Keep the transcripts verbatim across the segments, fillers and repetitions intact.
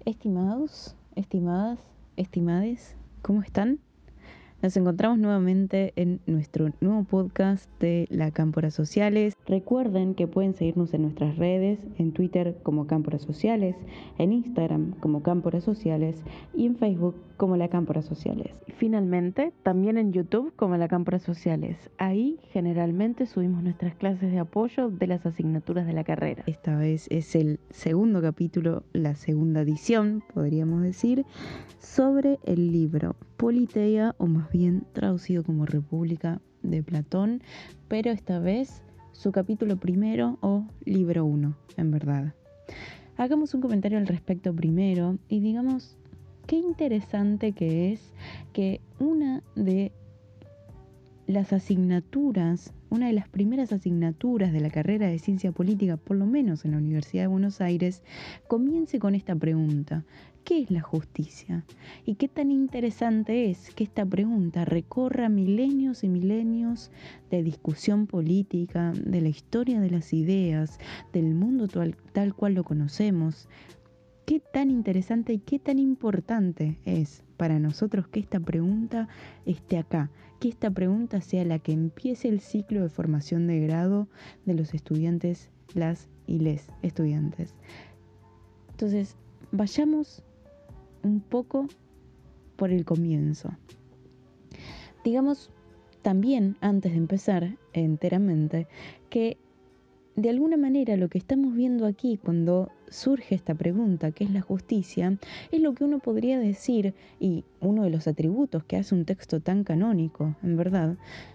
Estimados, estimadas, estimades, ¿cómo están? Nos encontramos nuevamente en nuestro nuevo podcast de la Cámpora Sociales. Recuerden que pueden seguirnos en nuestras redes, en Twitter como Cámpora Sociales, en Instagram como Cámpora Sociales y en Facebook como la Cámpora Sociales. Y finalmente, también en YouTube como la Cámpora Sociales. Ahí generalmente subimos nuestras clases de apoyo de las asignaturas de la carrera. Esta vez es el segundo capítulo, la segunda edición, podríamos decir, sobre el libro Politeia, o más bien traducido como República, de Platón, pero esta vez su capítulo primero o libro uno, en verdad. Hagamos un comentario al respecto primero y digamos qué interesante que es que una de las asignaturas, una de las primeras asignaturas de la carrera de Ciencia Política, por lo menos en la Universidad de Buenos Aires, comience con esta pregunta: ¿qué es la justicia? Y qué tan interesante es que esta pregunta recorra milenios y milenios de discusión política, de la historia de las ideas, del mundo tal, tal cual lo conocemos. Qué tan interesante y qué tan importante es para nosotros que esta pregunta esté acá, que esta pregunta sea la que empiece el ciclo de formación de grado de los estudiantes, las y les estudiantes. Entonces, vayamos un poco por el comienzo. Digamos también, antes de empezar enteramente, que de alguna manera lo que estamos viendo aquí cuando surge esta pregunta, ¿qué es la justicia?, es lo que uno podría decir, y uno de los atributos que hace un texto tan canónico, en verdad,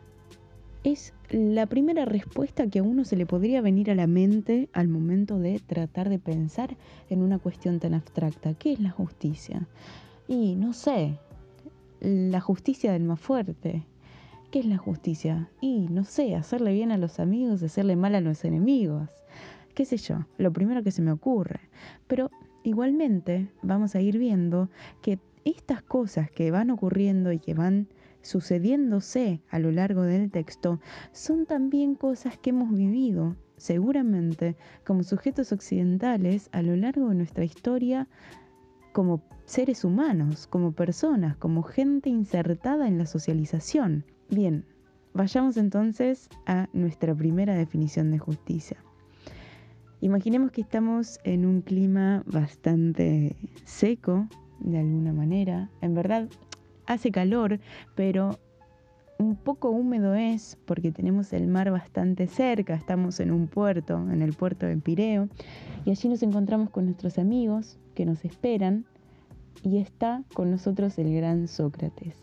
es la primera respuesta que a uno se le podría venir a la mente al momento de tratar de pensar en una cuestión tan abstracta. ¿Qué es la justicia? Y no sé, la justicia del más fuerte. ¿Qué es la justicia? Y no sé, hacerle bien a los amigos, hacerle mal a los enemigos. Qué sé yo, lo primero que se me ocurre. Pero igualmente vamos a ir viendo que estas cosas que van ocurriendo y que van sucediéndose a lo largo del texto son también cosas que hemos vivido, seguramente, como sujetos occidentales a lo largo de nuestra historia, como seres humanos, como personas, como gente insertada en la socialización. Bien, vayamos entonces a nuestra primera definición de justicia. Imaginemos que estamos en un clima bastante seco, de alguna manera. En verdad, hace calor, pero un poco húmedo es porque tenemos el mar bastante cerca. Estamos en un puerto, en el puerto de Pireo, y allí nos encontramos con nuestros amigos que nos esperan, y está con nosotros el gran Sócrates.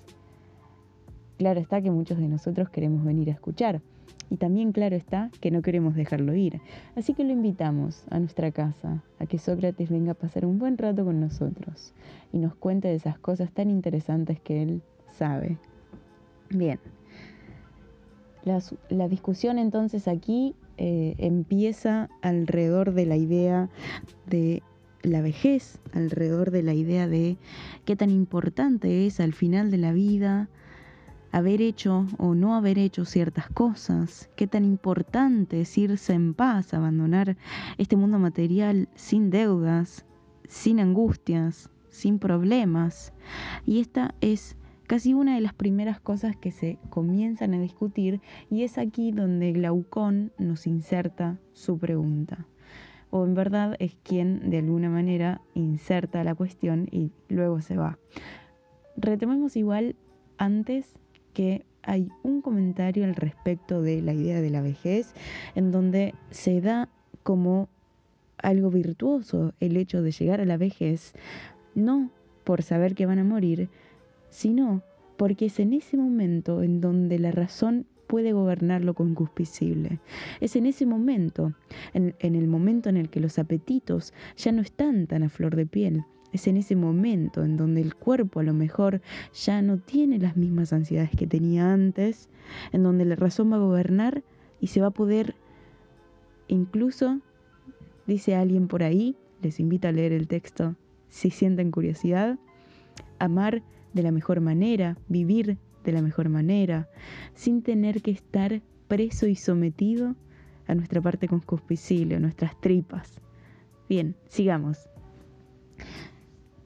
Claro está que muchos de nosotros queremos venir a escuchar, y también claro está que no queremos dejarlo ir. Así que lo invitamos a nuestra casa, a que Sócrates venga a pasar un buen rato con nosotros y nos cuente de esas cosas tan interesantes que él sabe. Bien, la, la discusión entonces aquí eh, empieza alrededor de la idea de la vejez, alrededor de la idea de qué tan importante es al final de la vida haber hecho o no haber hecho ciertas cosas, qué tan importante es irse en paz, abandonar este mundo material sin deudas, sin angustias, sin problemas. Y esta es casi una de las primeras cosas que se comienzan a discutir, y es aquí donde Glaucón nos inserta su pregunta. O en verdad es quien de alguna manera inserta la cuestión y luego se va. Retomemos igual antes que hay un comentario al respecto de la idea de la vejez, en donde se da como algo virtuoso el hecho de llegar a la vejez, no por saber que van a morir, sino porque es en ese momento en donde la razón puede gobernar lo concupiscible. Es en ese momento, en, en el momento en el que los apetitos ya no están tan a flor de piel. Es en ese momento en donde el cuerpo a lo mejor ya no tiene las mismas ansiedades que tenía antes, en donde la razón va a gobernar y se va a poder, incluso, dice alguien por ahí, les invito a leer el texto si sienten curiosidad, amar de la mejor manera, vivir de la mejor manera, sin tener que estar preso y sometido a nuestra parte concupiscible, a nuestras tripas. Bien, sigamos.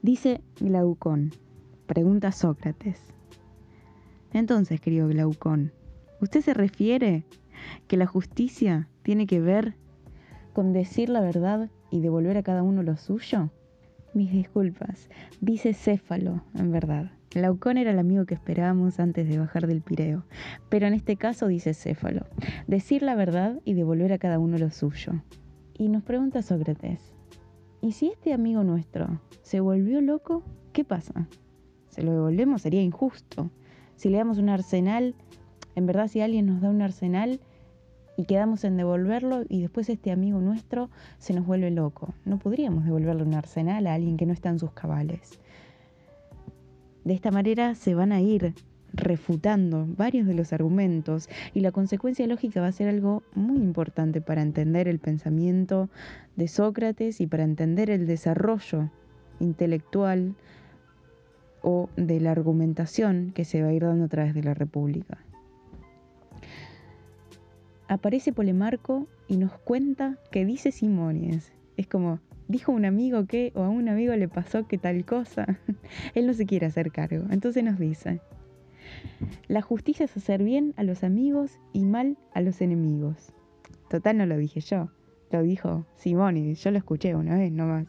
Dice Glaucón, pregunta Sócrates. Entonces, querido Glaucón, ¿usted se refiere que la justicia tiene que ver con decir la verdad y devolver a cada uno lo suyo? Mis disculpas, dice Céfalo, en verdad. Glaucón era el amigo que esperábamos antes de bajar del Pireo, pero en este caso dice Céfalo, decir la verdad y devolver a cada uno lo suyo. Y nos pregunta Sócrates, ¿y si este amigo nuestro se volvió loco? ¿Qué pasa? ¿Se lo devolvemos? Sería injusto. Si le damos un arsenal, en verdad si alguien nos da un arsenal y quedamos en devolverlo y después este amigo nuestro se nos vuelve loco, no podríamos devolverle un arsenal a alguien que no está en sus cabales. De esta manera se van a ir refutando varios de los argumentos y la consecuencia lógica va a ser algo muy importante para entender el pensamiento de Sócrates y para entender el desarrollo intelectual o de la argumentación que se va a ir dando a través de la República. Aparece Polemarco y nos cuenta que dice Simónides. Es como, dijo un amigo que, o a un amigo le pasó que tal cosa. Él no se quiere hacer cargo. Entonces nos dice, la justicia es hacer bien a los amigos y mal a los enemigos. Total, no lo dije yo. Lo dijo Simónides. Yo lo escuché una vez nomás.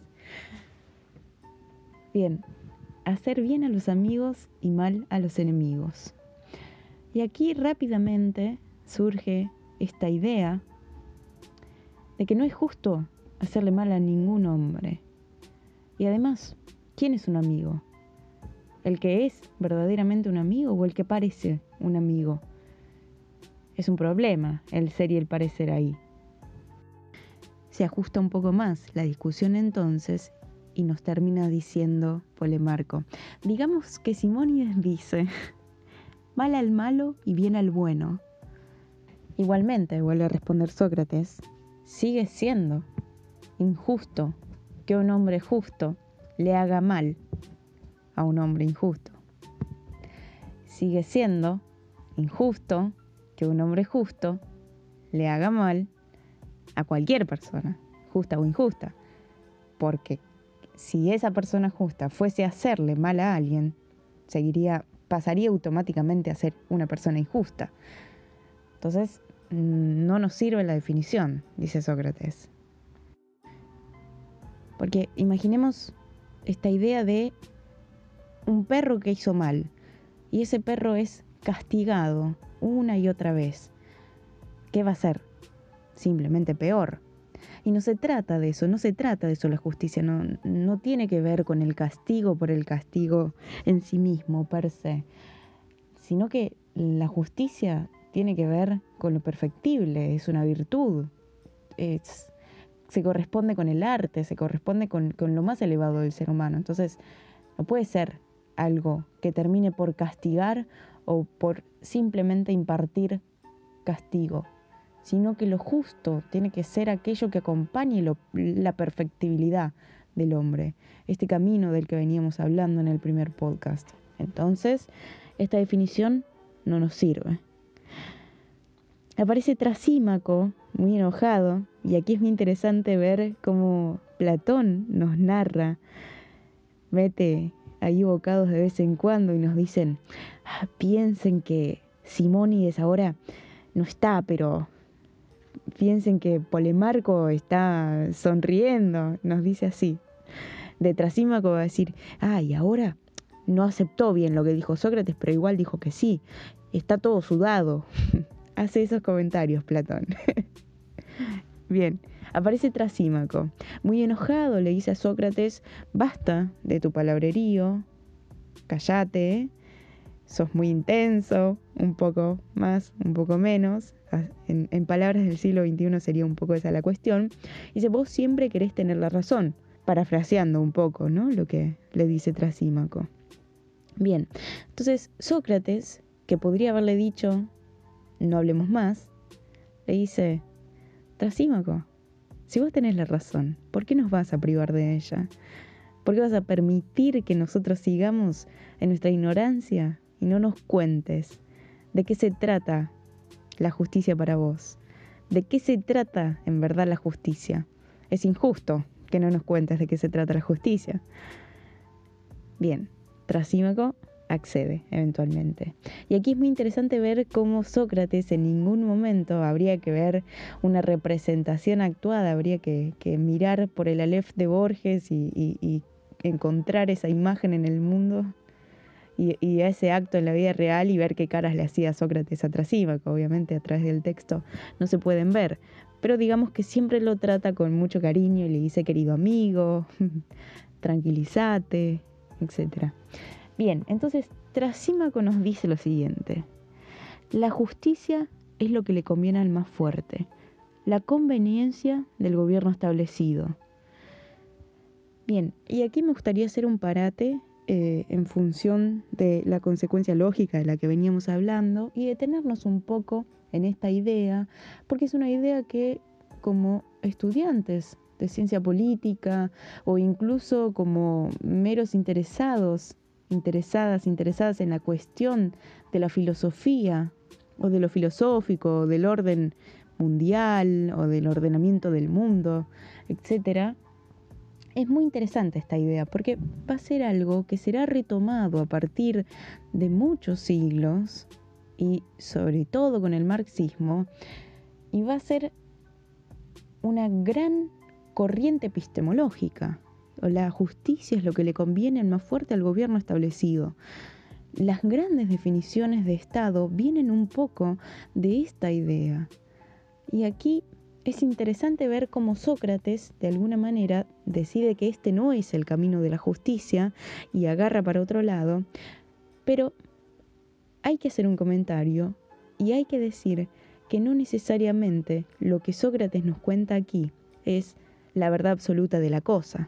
Bien, hacer bien a los amigos y mal a los enemigos. Y aquí rápidamente surge esta idea de que no es justo hacerle mal a ningún hombre. Y además, ¿quién es un amigo? ¿El que es verdaderamente un amigo o el que parece un amigo? Es un problema el ser y el parecer ahí. Se ajusta un poco más la discusión entonces y nos termina diciendo Polemarco. Digamos que Simónides dice, mal al malo y bien al bueno. Igualmente, vuelve a responder Sócrates, sigue siendo injusto que un hombre justo le haga mal a un hombre injusto. Sigue siendo injusto que un hombre justo le haga mal a cualquier persona, justa o injusta. Porque si esa persona justa fuese a hacerle mal a alguien, seguiría, pasaría automáticamente a ser una persona injusta. Entonces, no nos sirve la definición, dice Sócrates. Porque imaginemos esta idea de un perro que hizo mal y ese perro es castigado una y otra vez. ¿Qué va a hacer? Simplemente peor. Y no se trata de eso, no se trata de eso la justicia, no, no tiene que ver con el castigo por el castigo en sí mismo, per se, sino que la justicia tiene que ver con lo perfectible, es una virtud, es, se corresponde con el arte, se corresponde con, con lo más elevado del ser humano. Entonces, no puede ser algo que termine por castigar o por simplemente impartir castigo, sino que lo justo tiene que ser aquello que acompañe lo, la perfectibilidad del hombre, este camino del que veníamos hablando en el primer podcast. Entonces, esta definición no nos sirve. Aparece Trasímaco, muy enojado, y aquí es muy interesante ver cómo Platón nos narra, mete ahí bocados de vez en cuando y nos dicen, ah, piensen que Simónides ahora no está, pero piensen que Polemarco está sonriendo, nos dice así. De Trasímaco va a decir, ah, y ahora no aceptó bien lo que dijo Sócrates, pero igual dijo que sí, está todo sudado. Hace esos comentarios Platón. Bien, aparece Trasímaco. Muy enojado le dice a Sócrates, basta de tu palabrerío, cállate, sos muy intenso, un poco más, un poco menos. En, en palabras del siglo veintiuno sería un poco esa la cuestión. Y dice, vos siempre querés tener la razón, parafraseando un poco, ¿no?, lo que le dice Trasímaco. Bien, entonces Sócrates, que podría haberle dicho, no hablemos más, le dice, Trasímaco, si vos tenés la razón, ¿por qué nos vas a privar de ella? ¿Por qué vas a permitir que nosotros sigamos en nuestra ignorancia y no nos cuentes de qué se trata la justicia para vos? ¿De qué se trata en verdad la justicia? Es injusto que no nos cuentes de qué se trata la justicia. Bien, Trasímaco accede eventualmente. Y aquí es muy interesante ver cómo Sócrates en ningún momento habría que ver una representación actuada, habría que, que mirar por el Aleph de Borges y, y, y encontrar esa imagen en el mundo y, y a ese acto en la vida real y ver qué caras le hacía Sócrates a Trasímaco. Obviamente a través del texto no se pueden ver, pero digamos que siempre lo trata con mucho cariño y le dice querido amigo, tranquilízate, etcétera. Bien, entonces Trasímaco nos dice lo siguiente: la justicia es lo que le conviene al más fuerte, la conveniencia del gobierno establecido. Bien, y aquí me gustaría hacer un parate eh, en función de la consecuencia lógica de la que veníamos hablando y detenernos un poco en esta idea, porque es una idea que como estudiantes de ciencia política o incluso como meros interesados, interesadas, interesadas en la cuestión de la filosofía o de lo filosófico, o del orden mundial o del ordenamiento del mundo, etcétera. Es muy interesante esta idea porque va a ser algo que será retomado a partir de muchos siglos y sobre todo con el marxismo, y va a ser una gran corriente epistemológica. La justicia es lo que le conviene más fuerte al gobierno establecido. Las grandes definiciones de Estado vienen un poco de esta idea. Y aquí es interesante ver cómo Sócrates, de alguna manera, decide que este no es el camino de la justicia y agarra para otro lado, pero hay que hacer un comentario y hay que decir que no necesariamente lo que Sócrates nos cuenta aquí es la verdad absoluta de la cosa.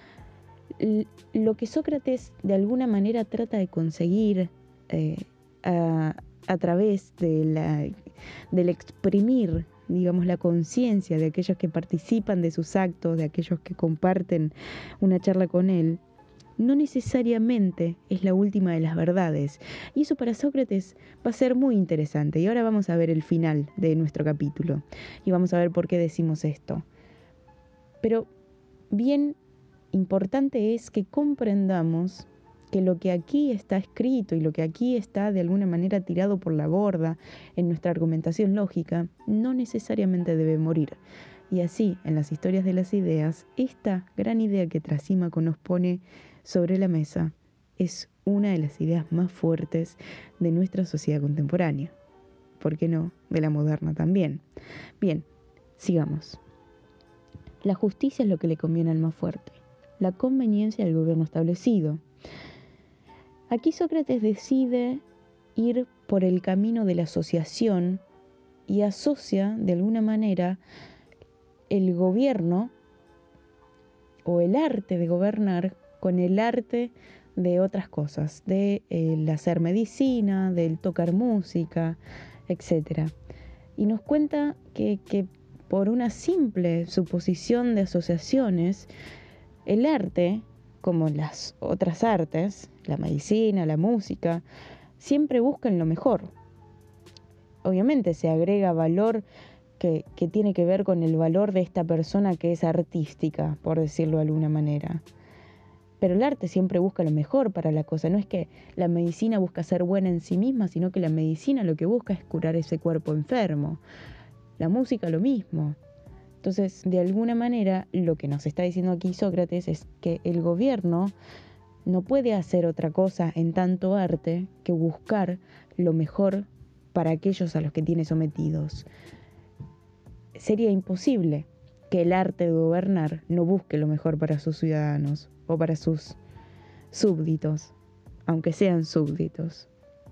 Lo que Sócrates de alguna manera trata de conseguir eh, a, a través de la, del exprimir, digamos, la conciencia de aquellos que participan de sus actos, de aquellos que comparten una charla con él, no necesariamente es la última de las verdades. Y eso para Sócrates va a ser muy interesante. Y ahora vamos a ver el final de nuestro capítulo. Y vamos a ver por qué decimos esto. Pero bien importante es que comprendamos que lo que aquí está escrito y lo que aquí está de alguna manera tirado por la borda en nuestra argumentación lógica no necesariamente debe morir. Y así, en las historias de las ideas, esta gran idea que Trasímaco nos pone sobre la mesa es una de las ideas más fuertes de nuestra sociedad contemporánea. ¿Por qué no? De la moderna también. Bien, sigamos. La justicia es lo que le conviene al más fuerte, la conveniencia del gobierno establecido. Aquí Sócrates decide ir por el camino de la asociación y asocia de alguna manera el gobierno o el arte de gobernar con el arte de otras cosas, de el hacer medicina, del tocar música, etcétera. Y nos cuenta que, que por una simple suposición de asociaciones, el arte, como las otras artes, la medicina, la música, siempre buscan lo mejor. Obviamente se agrega valor que, que tiene que ver con el valor de esta persona que es artística, por decirlo de alguna manera. Pero el arte siempre busca lo mejor para la cosa. No es que la medicina busca ser buena en sí misma, sino que la medicina lo que busca es curar ese cuerpo enfermo. La música lo mismo. Entonces, de alguna manera, lo que nos está diciendo aquí Sócrates es que el gobierno no puede hacer otra cosa en tanto arte que buscar lo mejor para aquellos a los que tiene sometidos. Sería imposible que el arte de gobernar no busque lo mejor para sus ciudadanos o para sus súbditos, aunque sean súbditos.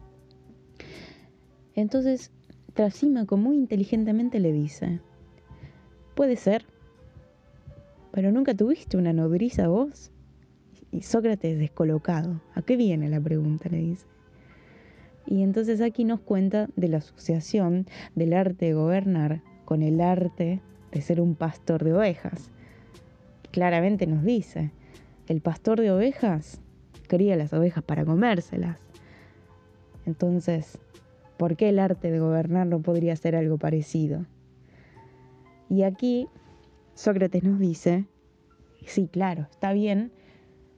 Entonces, Trasímaco muy inteligentemente le dice: puede ser, pero nunca tuviste una nodriza vos. Y Sócrates descolocado. ¿A qué viene la pregunta?, le dice. Y entonces aquí nos cuenta de la asociación del arte de gobernar con el arte de ser un pastor de ovejas. Claramente nos dice, el pastor de ovejas cría las ovejas para comérselas. Entonces, ¿por qué el arte de gobernar no podría ser algo parecido? Y aquí Sócrates nos dice, sí, claro, está bien,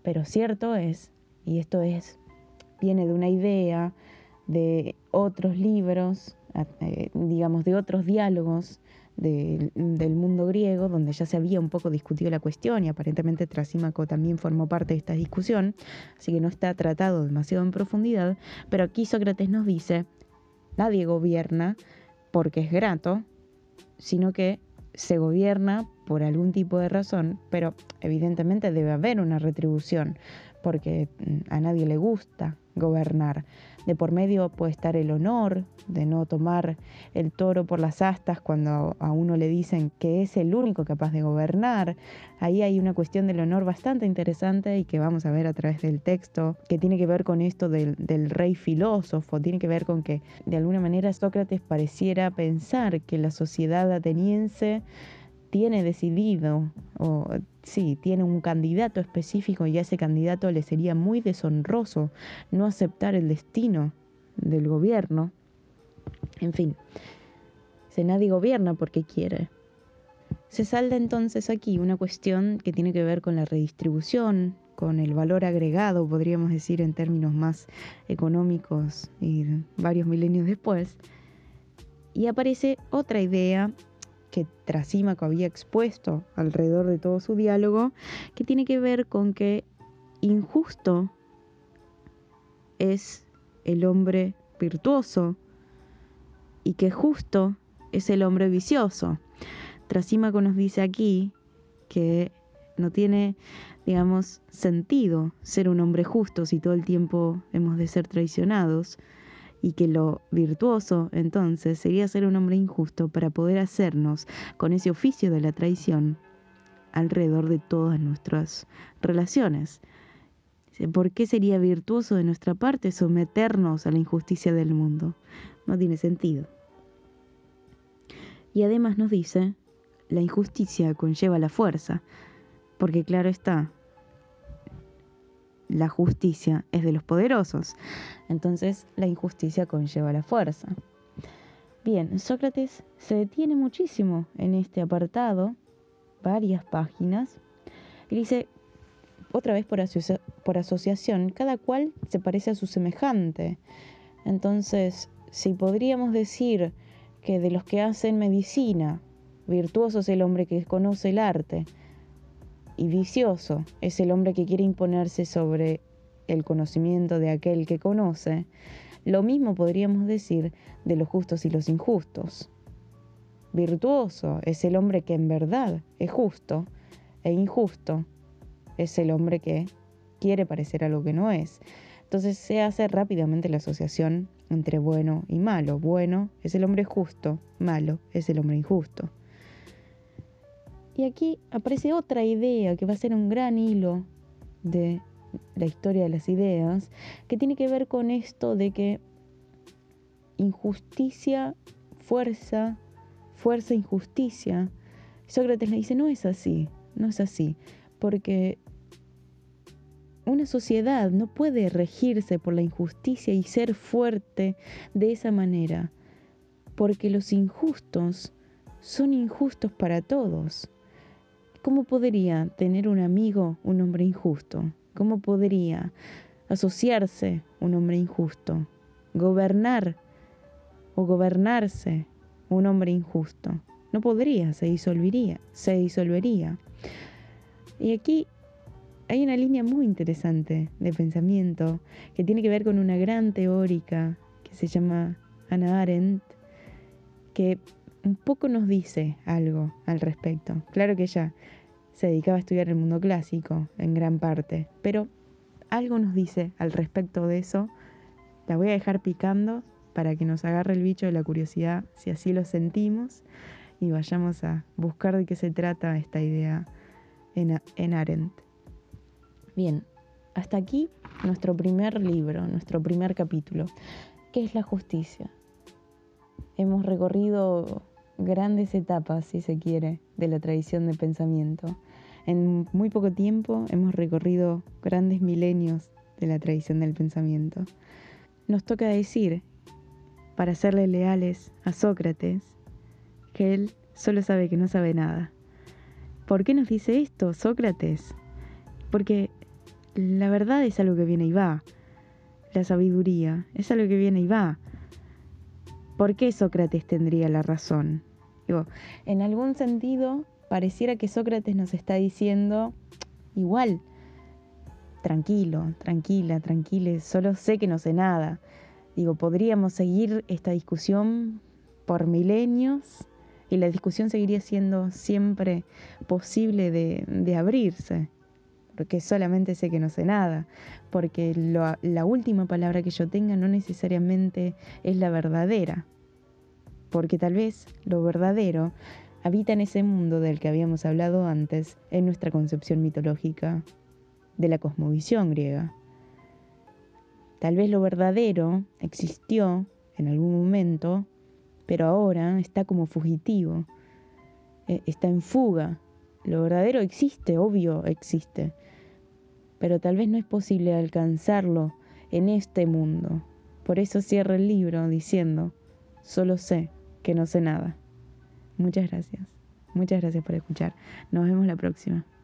Pero cierto es, y esto es, viene de una idea, de otros libros, eh, digamos, de otros diálogos de, del mundo griego, donde ya se había un poco discutido la cuestión y aparentemente Trasímaco también formó parte de esta discusión, así que no está tratado demasiado en profundidad, pero aquí Sócrates nos dice, nadie gobierna porque es grato, sino que se gobierna por algún tipo de razón, pero evidentemente debe haber una retribución, porque a nadie le gusta gobernar. De por medio puede estar el honor de no tomar el toro por las astas cuando a uno le dicen que es el único capaz de gobernar. Ahí hay una cuestión del honor bastante interesante y que vamos a ver a través del texto, que tiene que ver con esto del, del rey filósofo, tiene que ver con que de alguna manera Sócrates pareciera pensar que la sociedad ateniense tiene decidido, o sí, tiene un candidato específico y a ese candidato le sería muy deshonroso no aceptar el destino del gobierno. En fin, si nadie gobierna porque quiere. Se salda entonces aquí una cuestión que tiene que ver con la redistribución, con el valor agregado, podríamos decir en términos más económicos y varios milenios después, y aparece otra idea que Trasímaco había expuesto alrededor de todo su diálogo, que tiene que ver con que injusto es el hombre virtuoso y que justo es el hombre vicioso. Trasímaco nos dice aquí que no tiene, digamos, sentido ser un hombre justo si todo el tiempo hemos de ser traicionados, y que lo virtuoso entonces sería ser un hombre injusto para poder hacernos con ese oficio de la traición alrededor de todas nuestras relaciones. ¿Por qué sería virtuoso de nuestra parte someternos a la injusticia del mundo? No tiene sentido. Y además nos dice, la injusticia conlleva la fuerza, porque claro está, la justicia es de los poderosos, entonces la injusticia conlleva la fuerza. Bien, Sócrates se detiene muchísimo en este apartado, varias páginas, y dice, otra vez por, asocia- por asociación, cada cual se parece a su semejante. Entonces, si podríamos decir que de los que hacen medicina, virtuoso es el hombre que conoce el arte, y vicioso es el hombre que quiere imponerse sobre el conocimiento de aquel que conoce, lo mismo podríamos decir de los justos y los injustos. Virtuoso es el hombre que en verdad es justo, e injusto es el hombre que quiere parecer algo que no es. Entonces se hace rápidamente la asociación entre bueno y malo. Bueno es el hombre justo, malo es el hombre injusto. Y aquí aparece otra idea que va a ser un gran hilo de la historia de las ideas, que tiene que ver con esto de que injusticia, fuerza, fuerza, injusticia. Sócrates le dice, no es así, no es así, porque una sociedad no puede regirse por la injusticia y ser fuerte de esa manera, porque los injustos son injustos para todos. ¿Cómo podría tener un amigo un hombre injusto? ¿Cómo podría asociarse un hombre injusto? Gobernar o gobernarse un hombre injusto. No podría, se disolvería, se disolvería. Y aquí hay una línea muy interesante de pensamiento que tiene que ver con una gran teórica que se llama Hannah Arendt, que un poco nos dice algo al respecto. Claro que ella se dedicaba a estudiar el mundo clásico en gran parte, pero algo nos dice al respecto de eso. La voy a dejar picando para que nos agarre el bicho de la curiosidad, si así lo sentimos, y vayamos a buscar de qué se trata esta idea en, en Arendt. Bien, hasta aquí nuestro primer libro, nuestro primer capítulo. ¿Qué es la justicia? Hemos recorrido grandes etapas, si se quiere, de la tradición de pensamiento. En muy poco tiempo hemos recorrido grandes milenios de la tradición del pensamiento. Nos toca decir, para serle leales a Sócrates, que él solo sabe que no sabe nada. ¿Por qué nos dice esto, Sócrates? Porque la verdad es algo que viene y va. La sabiduría es algo que viene y va. ¿Por qué Sócrates tendría la razón? Digo, en algún sentido, pareciera que Sócrates nos está diciendo, igual, tranquilo, tranquila, tranquile, solo sé que no sé nada. Digo, podríamos seguir esta discusión por milenios y la discusión seguiría siendo siempre posible de, de abrirse, porque solamente sé que no sé nada, porque lo, la última palabra que yo tenga no necesariamente es la verdadera, porque tal vez lo verdadero habita en ese mundo del que habíamos hablado antes, en nuestra concepción mitológica de la cosmovisión griega. Tal vez lo verdadero existió en algún momento, pero ahora está como fugitivo, está en fuga. Lo verdadero existe, obvio existe, pero tal vez no es posible alcanzarlo en este mundo. Por eso cierra el libro diciendo, solo sé que no sé nada. Muchas gracias. Muchas gracias por escuchar. Nos vemos la próxima.